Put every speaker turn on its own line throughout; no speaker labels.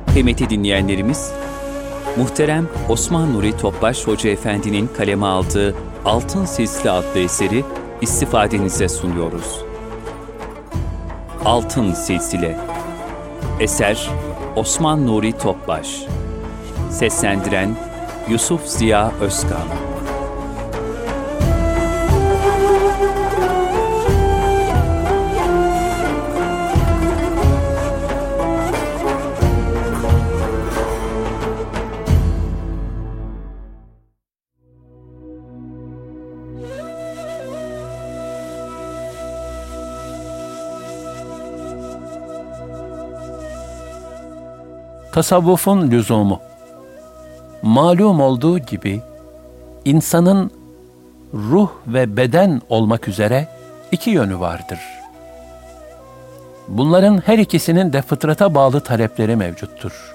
Kıymetli dinleyenlerimiz, muhterem Osman Nuri Topbaş Hoca Efendi'nin kaleme aldığı Altın Silsile adlı eseri istifadenize sunuyoruz. Altın Silsile. Eser Osman Nuri Topbaş. Seslendiren Yusuf Ziya Özkan.
Tasavvufun lüzumu. Malum olduğu gibi insanın ruh ve beden olmak üzere iki yönü vardır. Bunların her ikisinin de fıtrata bağlı talepleri mevcuttur.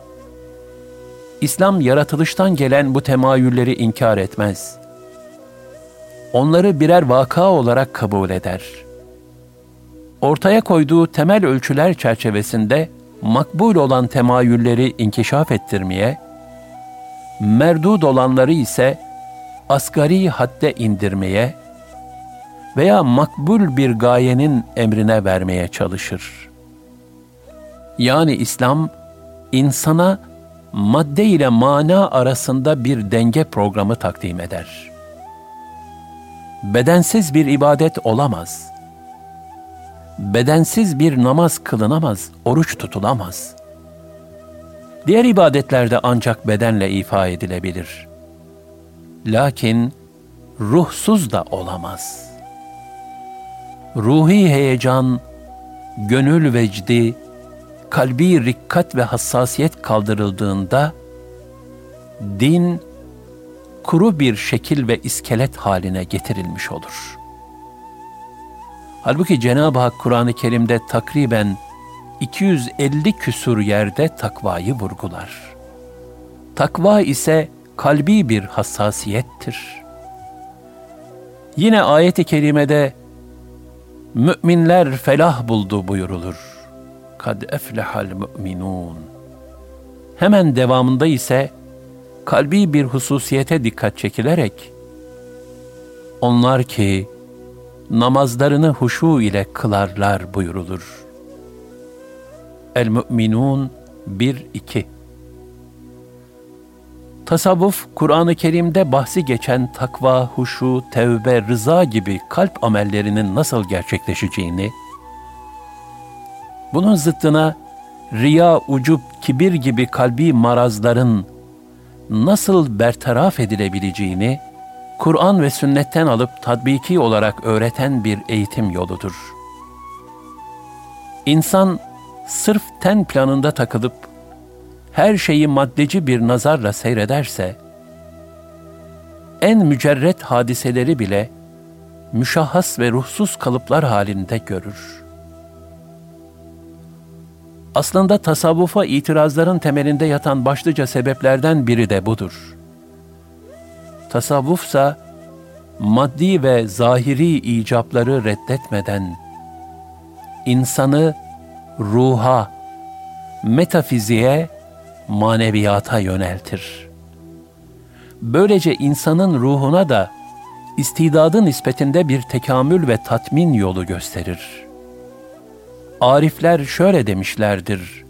İslam yaratılıştan gelen bu temayülleri inkar etmez. Onları birer vaka olarak kabul eder. Ortaya koyduğu temel ölçüler çerçevesinde makbul olan temayülleri inkişaf ettirmeye, merdud olanları ise asgari hadde indirmeye veya makbul bir gayenin emrine vermeye çalışır. Yani İslam, insana madde ile mana arasında bir denge programı takdim eder. Bedensiz bir ibadet olamaz. Bedensiz bir namaz kılınamaz, oruç tutulamaz. Diğer ibadetlerde ancak bedenle ifa edilebilir. Lakin ruhsuz da olamaz. Ruhi heyecan, gönül vecdi, kalbi rikkat ve hassasiyet kaldırıldığında, din kuru bir şekil ve iskelet haline getirilmiş olur. Halbuki Cenab-ı Hak Kur'an-ı Kerim'de takriben 250 küsur yerde takvayı vurgular. Takva ise kalbi bir hassasiyettir. Yine ayet-i kerimede müminler felah buldu buyurulur. Kad eflehal müminun. Hemen devamında ise kalbi bir hususiyete dikkat çekilerek onlar ki namazlarını huşu ile kılarlar buyurulur. El-Mü'minun 1-2. Tasavvuf, Kur'an-ı Kerim'de bahsi geçen takva, huşu, tevbe, rıza gibi kalp amellerinin nasıl gerçekleşeceğini, bunun zıttına riya, ucub, kibir gibi kalbi marazların nasıl bertaraf edilebileceğini, Kur'an ve sünnetten alıp tatbiki olarak öğreten bir eğitim yoludur. İnsan sırf ten planında takılıp her şeyi maddeci bir nazarla seyrederse, en mücerret hadiseleri bile müşahhas ve ruhsuz kalıplar halinde görür. Aslında tasavvufa itirazların temelinde yatan başlıca sebeplerden biri de budur. Tasavvufsa maddi ve zahiri icapları reddetmeden insanı ruha, metafiziğe, maneviyata yöneltir. Böylece insanın ruhuna da istidadı nispetinde bir tekamül ve tatmin yolu gösterir. Arifler şöyle demişlerdir: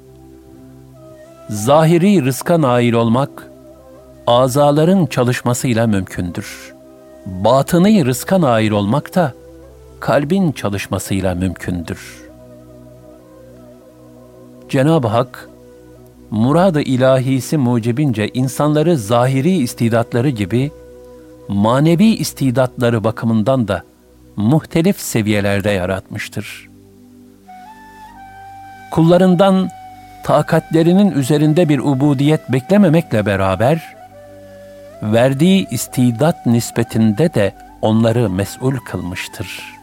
zahiri rızka nail olmak, azaların çalışmasıyla mümkündür. Batını rızka nail olmak da kalbin çalışmasıyla mümkündür. Cenab-ı Hak, murad-ı ilahisi mucibince insanları zahiri istidatları gibi manevi istidatları bakımından da muhtelif seviyelerde yaratmıştır. Kullarından takatlerinin üzerinde bir ubudiyet beklememekle beraber, verdiği istidat nispetinde de onları mes'ul kılmıştır.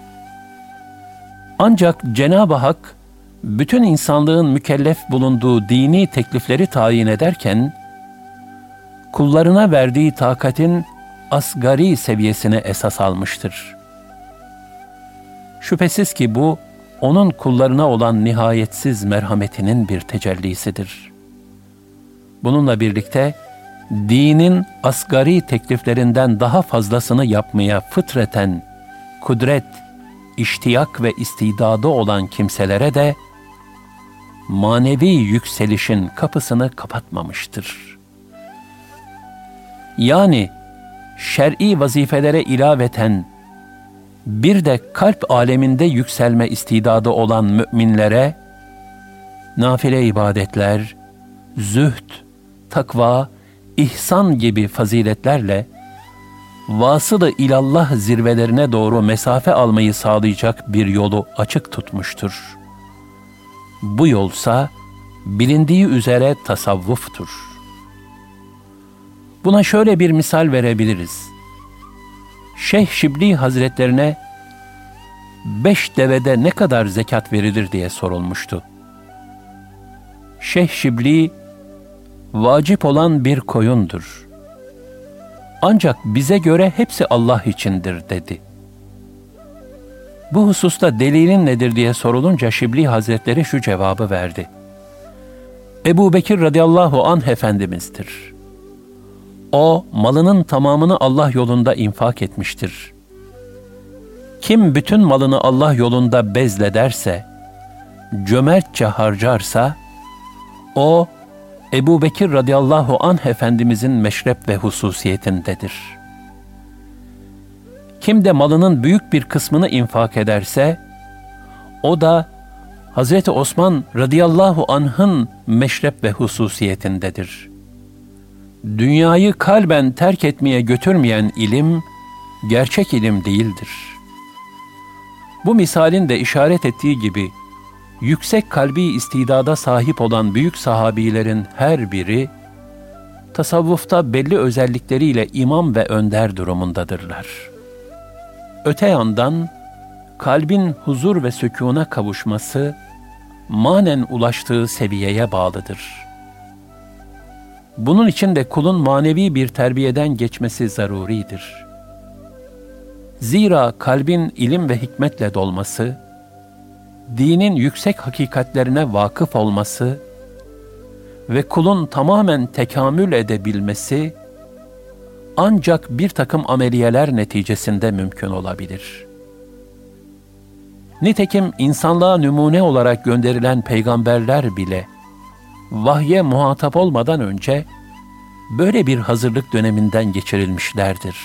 Ancak Cenab-ı Hak, bütün insanlığın mükellef bulunduğu dini teklifleri tayin ederken, kullarına verdiği takatin asgari seviyesine esas almıştır. Şüphesiz ki bu, onun kullarına olan nihayetsiz merhametinin bir tecellisidir. Bununla birlikte dinin asgari tekliflerinden daha fazlasını yapmaya fıtraten kudret, iştiyak ve istidadı olan kimselere de manevi yükselişin kapısını kapatmamıştır. Yani şer'i vazifelere ilaveten bir de kalp aleminde yükselme istidadı olan müminlere nafile ibadetler, zühd, takva, ihsan gibi faziletlerle vasılı ilallah zirvelerine doğru mesafe almayı sağlayacak bir yolu açık tutmuştur. Bu yolsa bilindiği üzere tasavvuftur. Buna şöyle bir misal verebiliriz. Şeyh Şibli Hazretlerine 5 devede ne kadar zekat verilir diye sorulmuştu. Şeyh Şibli, vacip olan bir koyundur. Ancak bize göre hepsi Allah içindir dedi. Bu hususta delilin nedir diye sorulunca Şibli Hazretleri şu cevabı verdi. Ebu Bekir radıyallahu anh Efendimiz'dir. O, malının tamamını Allah yolunda infak etmiştir. Kim bütün malını Allah yolunda bezlederse, cömertçe harcarsa, o, Ebu Bekir radıyallahu anh Efendimizin meşrep ve hususiyetindedir. Kim de malının büyük bir kısmını infak ederse, o da Hazreti Osman radıyallahu anh'ın meşrep ve hususiyetindedir. Dünyayı kalben terk etmeye götürmeyen ilim, gerçek ilim değildir. Bu misalin de işaret ettiği gibi, yüksek kalbi istidada sahip olan büyük sahabilerin her biri, tasavvufta belli özellikleriyle imam ve önder durumundadırlar. Öte yandan, kalbin huzur ve sükûna kavuşması, manen ulaştığı seviyeye bağlıdır. Bunun için de kulun manevi bir terbiyeden geçmesi zaruridir. Zira kalbin ilim ve hikmetle dolması, dinin yüksek hakikatlerine vakıf olması ve kulun tamamen tekamül edebilmesi, ancak bir takım ameliyeler neticesinde mümkün olabilir. Nitekim insanlığa numune olarak gönderilen peygamberler bile, vahye muhatap olmadan önce böyle bir hazırlık döneminden geçirilmişlerdir.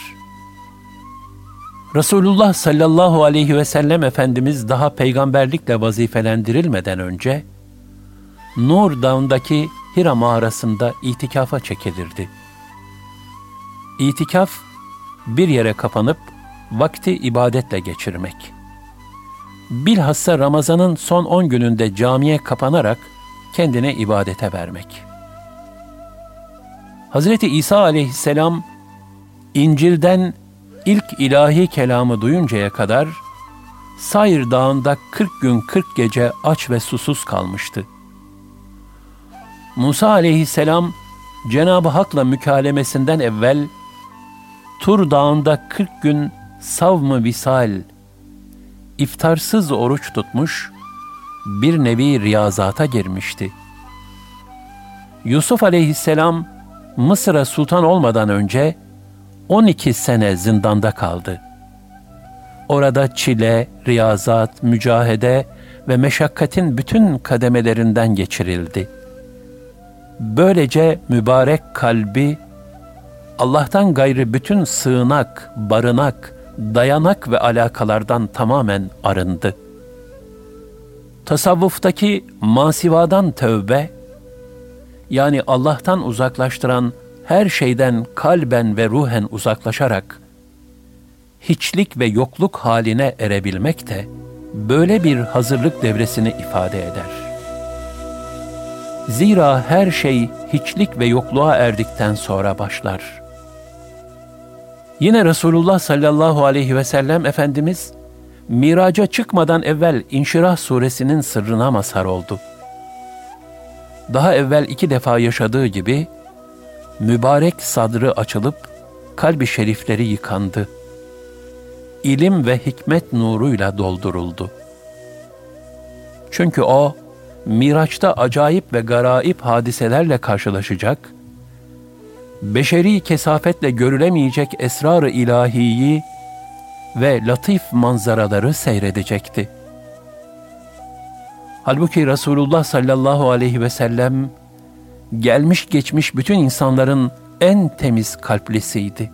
Resulullah sallallahu aleyhi ve sellem Efendimiz daha peygamberlikle vazifelendirilmeden önce, Nur Dağı'ndaki Hira mağarasında itikafa çekilirdi. İtikaf, bir yere kapanıp vakti ibadetle geçirmek. Bilhassa Ramazan'ın son 10 gününde camiye kapanarak kendine ibadete vermek. Hazreti İsa aleyhisselam, İncil'den ilk ilahi kelamı duyuncaya kadar, Sayr Dağı'nda 40 gün 40 gece aç ve susuz kalmıştı. Musa aleyhisselam, Cenab-ı Hak'la mükalemesinden evvel, Tur Dağı'nda 40 gün savm-ı visal, iftarsız oruç tutmuş, bir nevi riyazata girmişti. Yusuf aleyhisselam, Mısır'a sultan olmadan önce 12 sene zindanda kaldı. Orada çile, riyazat, mücahede ve meşakkatin bütün kademelerinden geçirildi. Böylece mübarek kalbi, Allah'tan gayrı bütün sığınak, barınak, dayanak ve alakalardan tamamen arındı. Tasavvuftaki masivadan tövbe, yani Allah'tan uzaklaştıran her şeyden kalben ve ruhen uzaklaşarak, hiçlik ve yokluk haline erebilmek de böyle bir hazırlık devresini ifade eder. Zira her şey hiçlik ve yokluğa erdikten sonra başlar. Yine Resulullah sallallahu aleyhi ve sellem Efendimiz, Miraca çıkmadan evvel İnşirah suresinin sırrına mazhar oldu. Daha evvel 2 defa yaşadığı gibi, mübarek sadrı açılıp, kalbi şerifleri yıkandı. İlim ve hikmet nuruyla dolduruldu. Çünkü o, Miraç'ta acayip ve garaip hadiselerle karşılaşacak, beşeri kesafetle görülemeyecek esrar-ı ilahiyi ve latif manzaraları seyredecekti. Halbuki Resulullah sallallahu aleyhi ve sellem, gelmiş geçmiş bütün insanların en temiz kalplisiydi.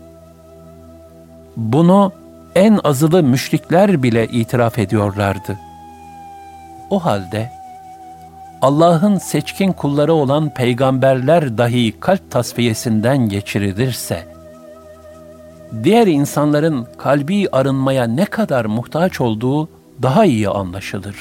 Bunu en azılı müşrikler bile itiraf ediyorlardı. O halde Allah'ın seçkin kulları olan peygamberler dahi kalp tasfiyesinden geçirilirse, diğer insanların kalbi arınmaya ne kadar muhtaç olduğu daha iyi anlaşılır.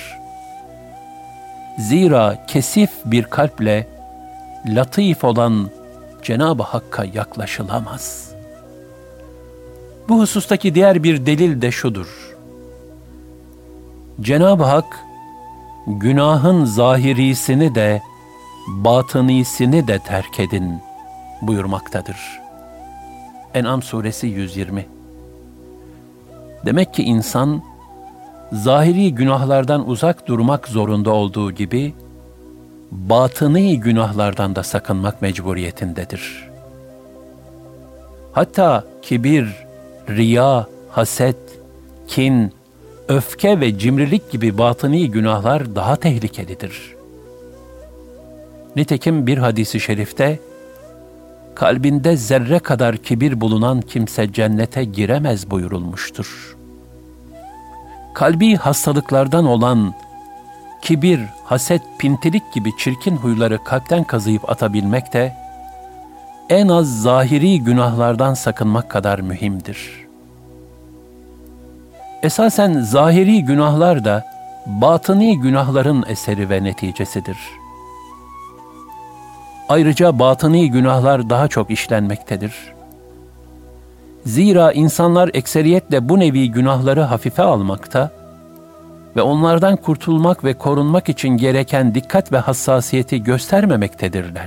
Zira kesif bir kalple latif olan Cenab-ı Hakk'a yaklaşılamaz. Bu husustaki diğer bir delil de şudur: Cenab-ı Hak, günahın zahirisini de, batınisini de terk edin buyurmaktadır. En'am suresi 120. Demek ki insan, zahiri günahlardan uzak durmak zorunda olduğu gibi, batıni günahlardan da sakınmak mecburiyetindedir. Hatta kibir, riya, haset, kin, öfke ve cimrilik gibi batıni günahlar daha tehlikelidir. Nitekim bir hadis-i şerifte, kalbinde zerre kadar kibir bulunan kimse cennete giremez buyurulmuştur. Kalbi hastalıklardan olan kibir, haset, pintilik gibi çirkin huyları kalpten kazıyıp atabilmek de en az zahiri günahlardan sakınmak kadar mühimdir. Esasen zahiri günahlar da batıni günahların eseri ve neticesidir. Ayrıca batıni günahlar daha çok işlenmektedir. Zira insanlar ekseriyetle bu nevi günahları hafife almakta ve onlardan kurtulmak ve korunmak için gereken dikkat ve hassasiyeti göstermemektedirler.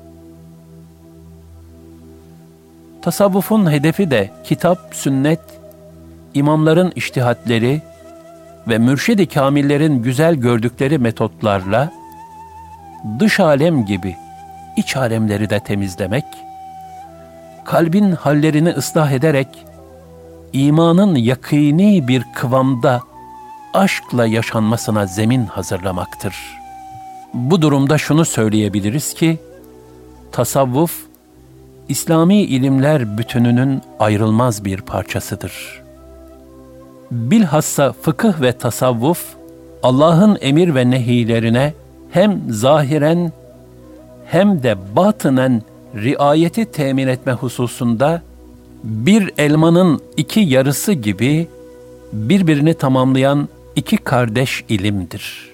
Tasavvufun hedefi de kitap, sünnet, imamların içtihatleri ve mürşid-i kamillerin güzel gördükleri metotlarla dış alem gibi iç alemleri de temizlemek, kalbin hallerini ıslah ederek imanın yakîni bir kıvamda aşkla yaşanmasına zemin hazırlamaktır. Bu durumda şunu söyleyebiliriz ki, tasavvuf, İslami ilimler bütününün ayrılmaz bir parçasıdır. Bilhassa fıkıh ve tasavvuf, Allah'ın emir ve nehilerine hem zahiren hem de batınen riayeti temin etme hususunda bir elmanın iki yarısı gibi birbirini tamamlayan iki kardeş ilimdir.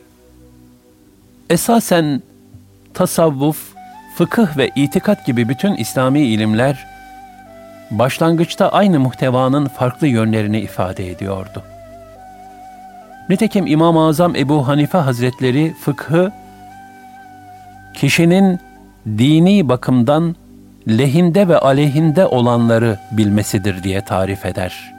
Esasen tasavvuf, fıkıh ve itikat gibi bütün İslami ilimler başlangıçta aynı muhtevanın farklı yönlerini ifade ediyordu. Nitekim İmam-ı Azam Ebu Hanife Hazretleri fıkhı, kişinin dini bakımdan lehinde ve aleyhinde olanları bilmesidir diye tarif eder.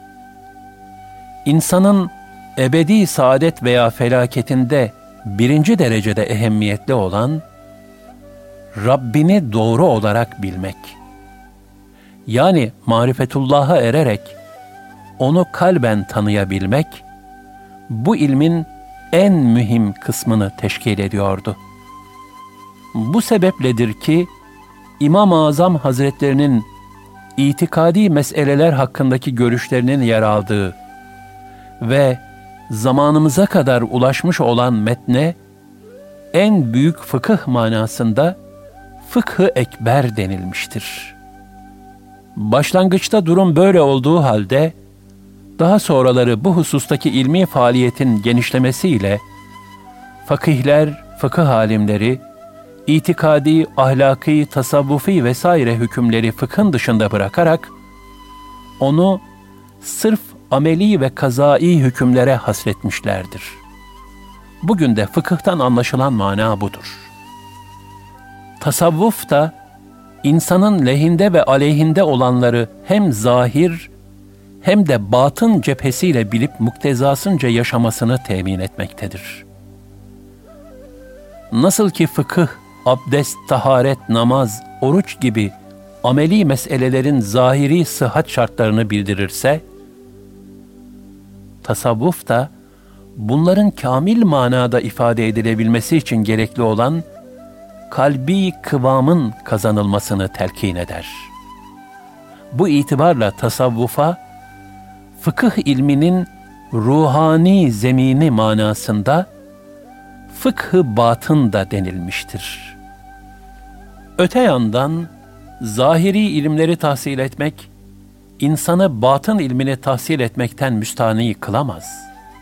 İnsanın ebedi saadet veya felaketinde birinci derecede ehemmiyetli olan, Rabbini doğru olarak bilmek. Yani marifetullah'a ererek onu kalben tanıyabilmek, bu ilmin en mühim kısmını teşkil ediyordu. Bu sebepledir ki İmam-ı Azam Hazretlerinin itikadi meseleler hakkındaki görüşlerinin yer aldığı ve zamanımıza kadar ulaşmış olan metne en büyük fıkıh manasında fıkh-ı ekber denilmiştir. Başlangıçta durum böyle olduğu halde, daha sonraları bu husustaki ilmi faaliyetin genişlemesiyle fakihler, fıkıh alimleri, itikadi, ahlaki, tasavvufi vesaire hükümleri fıkhın dışında bırakarak onu sırf ameli ve kazai hükümlere hasretmişlerdir. Bugün de fıkıhtan anlaşılan mana budur. Tasavvuf da insanın lehinde ve aleyhinde olanları hem zahir hem de batın cephesiyle bilip muktezasınca yaşamasını temin etmektedir. Nasıl ki fıkıh, abdest, taharet, namaz, oruç gibi ameli meselelerin zahiri sıhhat şartlarını bildirirse, tasavvuf da bunların kamil manada ifade edilebilmesi için gerekli olan kalbi kıvamın kazanılmasını telkin eder. Bu itibarla tasavvufa, fıkıh ilminin ruhani zemini manasında fıkh-ı batın da denilmiştir. Öte yandan, zahiri ilimleri tahsil etmek, insanı batın ilmini tahsil etmekten müstahni kılamaz.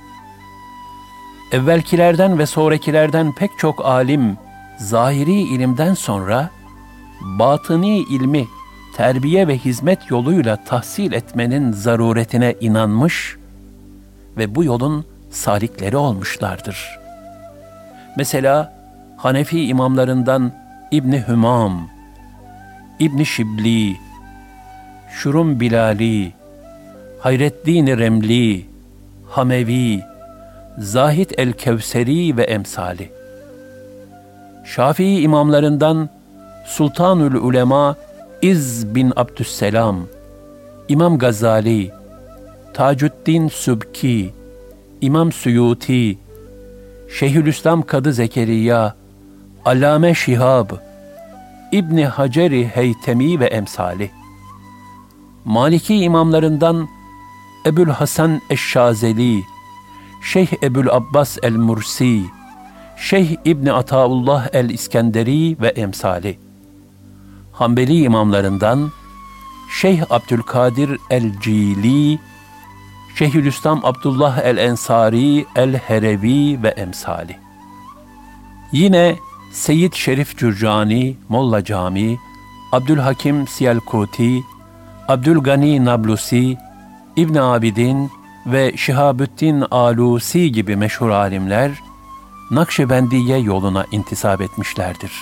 Evvelkilerden ve sonrakilerden pek çok alim, zahiri ilimden sonra, batıni ilmi terbiye ve hizmet yoluyla tahsil etmenin zaruretine inanmış ve bu yolun salikleri olmuşlardır. Mesela Hanefi imamlarından İbn-i Hümam, İbn-i Şibli, Şurum Bilali, Hayreddin-i Remli, Hamevi, Zahid el-Kevseri ve emsali. Şafii imamlarından Sultanül Ulema İz bin Abdüsselam, İmam Gazali, Tacuddin Sübki, İmam Suyuti, Şeyhülislam Kadı Zekeriya, Allame Şihab, İbn Haceri Heytemi ve emsali. Maliki imamlarından Ebul Hasan Eşşazeli, Şeyh Ebul Abbas el-Mursi, Şeyh İbn Ataullah el-İskenderi ve emsali. Hanbeli imamlarından Şeyh Abdülkadir el-Cili, Şeyhülislam Abdullah el-Ensari el-Herevi ve emsali. Yine Seyyid Şerif Cürcani, Molla Cami, Abdülhakim Siyelkuti, Abdülgani Nablusi, İbn Abidin ve Şihabüddin Alusi gibi meşhur alimler, Nakşibendiye yoluna intisap etmişlerdir.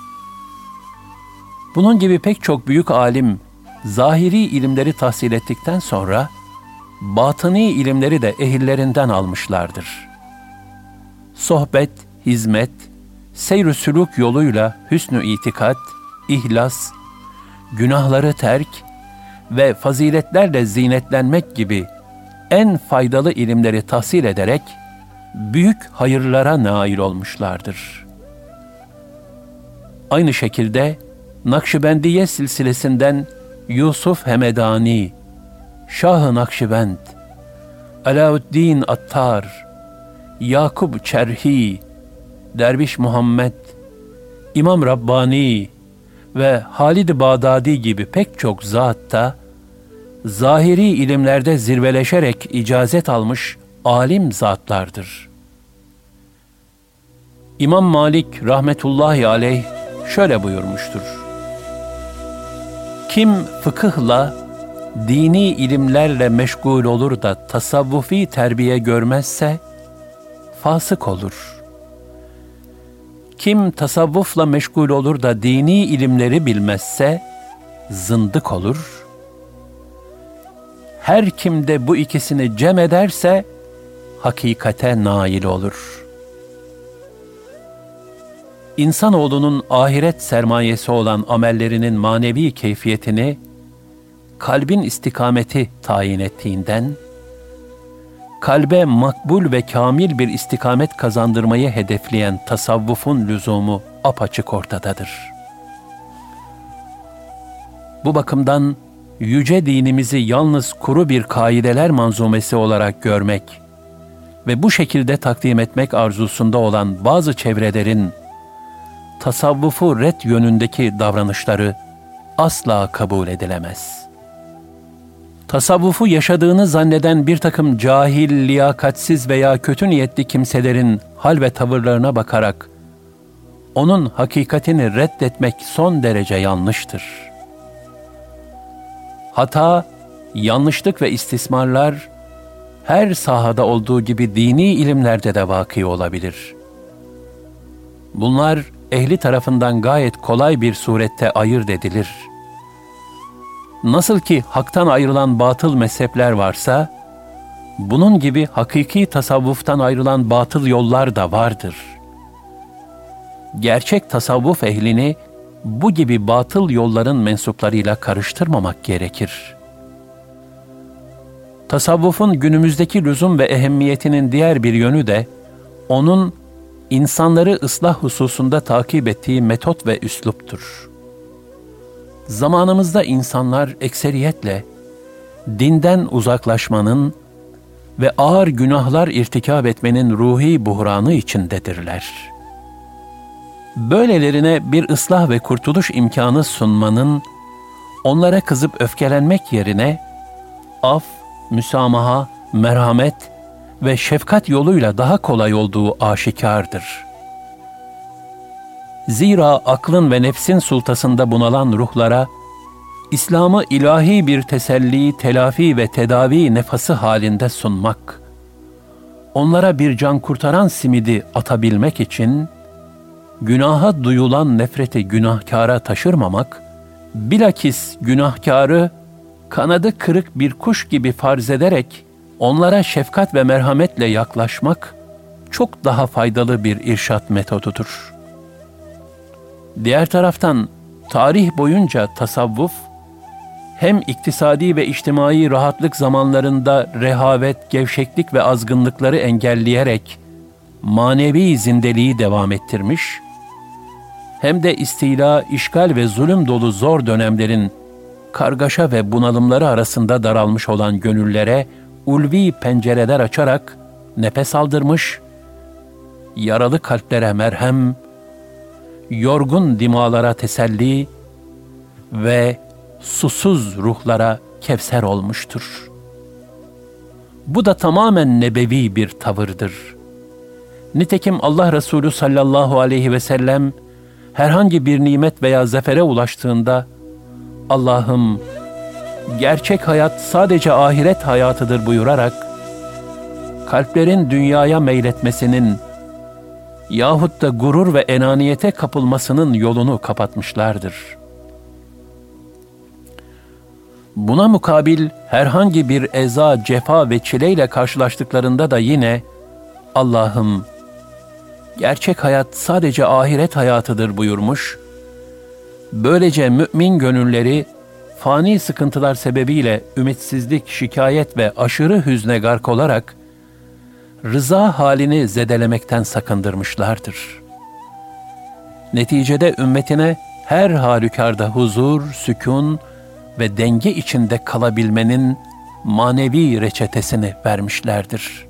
Bunun gibi pek çok büyük alim, zahiri ilimleri tahsil ettikten sonra, batıni ilimleri de ehillerinden almışlardır. Sohbet, hizmet, seyr-ü sülûk yoluyla hüsnü itikat, ihlas, günahları terk ve faziletlerle zinetlenmek gibi en faydalı ilimleri tahsil ederek büyük hayırlara nail olmuşlardır. Aynı şekilde Nakşibendiye silsilesinden Yusuf Hemedani, Şah-ı Nakşibend, Alauddin Attar, Yakup Çerhi, Derviş Muhammed, İmam Rabbani ve Halid-i Bağdadi gibi pek çok zat da zahiri ilimlerde zirveleşerek icazet almış alim zatlardır. İmam Malik rahmetullahi aleyh şöyle buyurmuştur: kim fıkıhla, dini ilimlerle meşgul olur da tasavvufi terbiye görmezse fasık olur. Kim tasavvufla meşgul olur da dini ilimleri bilmezse zındık olur. Her kim de bu ikisini cem ederse hakikate nail olur. İnsanoğlunun ahiret sermayesi olan amellerinin manevi keyfiyetini kalbin istikameti tayin ettiğinden, kalbe makbul ve kamil bir istikamet kazandırmayı hedefleyen tasavvufun lüzumu apaçık ortadadır. Bu bakımdan yüce dinimizi yalnız kuru bir kaideler manzumesi olarak görmek ve bu şekilde takdim etmek arzusunda olan bazı çevrelerin tasavvufu ret yönündeki davranışları asla kabul edilemez. Tasavvufu yaşadığını zanneden bir takım cahil, liyakatsiz veya kötü niyetli kimselerin hal ve tavırlarına bakarak onun hakikatini reddetmek son derece yanlıştır. Hata, yanlışlık ve istismarlar her sahada olduğu gibi dini ilimlerde de vaki olabilir. Bunlar ehli tarafından gayet kolay bir surette ayırt edilir. Nasıl ki haktan ayrılan batıl mezhepler varsa, bunun gibi hakiki tasavvuftan ayrılan batıl yollar da vardır. gerçek tasavvuf ehlini bu gibi batıl yolların mensuplarıyla karıştırmamak gerekir. Tasavvufun günümüzdeki lüzum ve ehemmiyetinin diğer bir yönü de, onun insanları ıslah hususunda takip ettiği metot ve üsluptur. Zamanımızda insanlar ekseriyetle dinden uzaklaşmanın ve ağır günahlar irtikab etmenin ruhi buhranı içindedirler. Böylelerine bir ıslah ve kurtuluş imkanı sunmanın, onlara kızıp öfkelenmek yerine af, müsamaha, merhamet ve şefkat yoluyla daha kolay olduğu aşikardır. Zira aklın ve nefsin sultasında bunalan ruhlara, İslam'ı ilahi bir teselli, telafi ve tedavi nefası halinde sunmak, onlara bir can kurtaran simidi atabilmek için, günaha duyulan nefreti günahkara taşırmamak, bilakis günahkarı kanadı kırık bir kuş gibi farz ederek onlara şefkat ve merhametle yaklaşmak çok daha faydalı bir irşat metodudur. Diğer taraftan tarih boyunca tasavvuf, hem iktisadi ve içtimai rahatlık zamanlarında rehavet, gevşeklik ve azgınlıkları engelleyerek manevi zindeliği devam ettirmiş, hem de istila, işgal ve zulüm dolu zor dönemlerin kargaşa ve bunalımları arasında daralmış olan gönüllere ulvi pencereler açarak nefes aldırmış, yaralı kalplere merhem, yorgun dimalara teselli ve susuz ruhlara kevser olmuştur. Bu da tamamen nebevi bir tavırdır. Nitekim Allah Resulü sallallahu aleyhi ve sellem herhangi bir nimet veya zafere ulaştığında, Allah'ım, gerçek hayat sadece ahiret hayatıdır buyurarak, kalplerin dünyaya meyletmesinin yahut da gurur ve enaniyete kapılmasının yolunu kapatmışlardır. Buna mukabil herhangi bir eza, cefa ve çileyle karşılaştıklarında da yine, Allah'ım, gerçek hayat sadece ahiret hayatıdır buyurmuş, böylece mümin gönülleri fani sıkıntılar sebebiyle ümitsizlik, şikayet ve aşırı hüzne gark olarak rıza halini zedelemekten sakındırmışlardır. Neticede ümmetine her halükarda huzur, sükun ve denge içinde kalabilmenin manevi reçetesini vermişlerdir.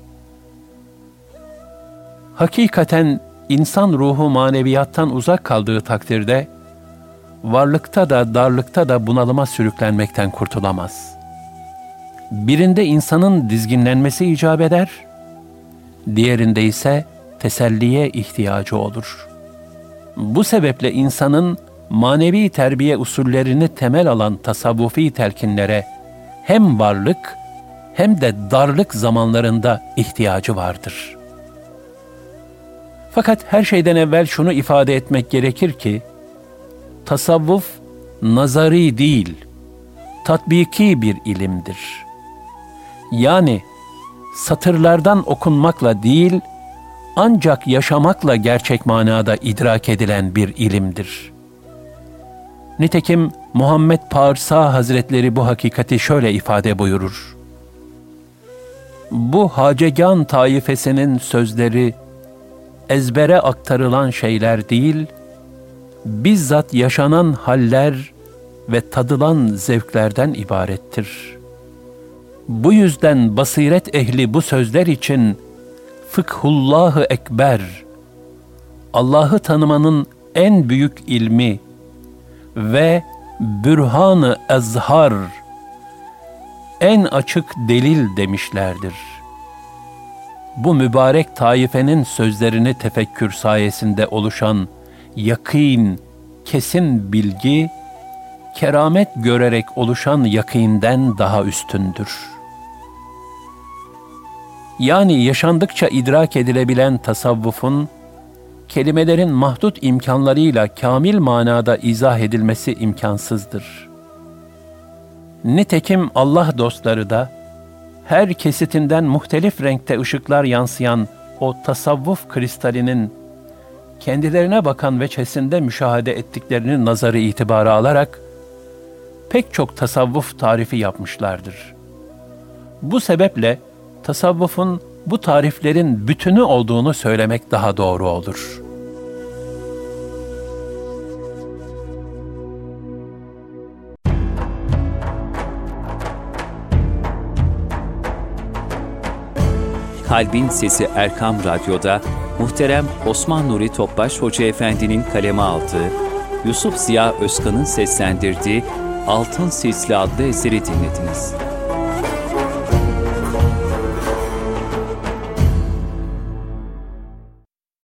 Hakikaten insan ruhu maneviyattan uzak kaldığı takdirde, varlıkta da darlıkta da bunalıma sürüklenmekten kurtulamaz. Birinde insanın dizginlenmesi icap eder, diğerinde ise teselliye ihtiyacı olur. Bu sebeple insanın manevi terbiye usullerini temel alan tasavvufi telkinlere hem varlık hem de darlık zamanlarında ihtiyacı vardır. Fakat her şeyden evvel şunu ifade etmek gerekir ki, tasavvuf nazari değil, tatbiki bir ilimdir. Yani satırlardan okunmakla değil, ancak yaşamakla gerçek manada idrak edilen bir ilimdir. Nitekim Muhammed Parsa Hazretleri bu hakikati şöyle ifade buyurur: bu hacegan taifesinin sözleri ezbere aktarılan şeyler değil, bizzat yaşanan haller ve tadılan zevklerden ibarettir. Bu yüzden basiret ehli bu sözler için fıkhullah-ı ekber, Allah'ı tanımanın en büyük ilmi ve bürhan-ı ezhar, en açık delil demişlerdir. Bu mübarek taifenin sözlerini tefekkür sayesinde oluşan yakîn, kesin bilgi, keramet görerek oluşan yakînden daha üstündür. Yani yaşandıkça idrak edilebilen tasavvufun, kelimelerin mahdut imkanlarıyla kamil manada izah edilmesi imkansızdır. Nitekim Allah dostları da, her kesitinden muhtelif renkte ışıklar yansıyan o tasavvuf kristalinin kendilerine bakan veçesinde müşahede ettiklerini nazarı itibara alarak pek çok tasavvuf tarifi yapmışlardır. Bu sebeple tasavvufun bu tariflerin bütünü olduğunu söylemek daha doğru olur.
Kalbin Sesi Erkam Radyo'da muhterem Osman Nuri Topbaş Hoca Efendi'nin kaleme aldığı, Yusuf Ziya Özkan'ın seslendirdiği Altın Silsile adlı eseri dinlediniz.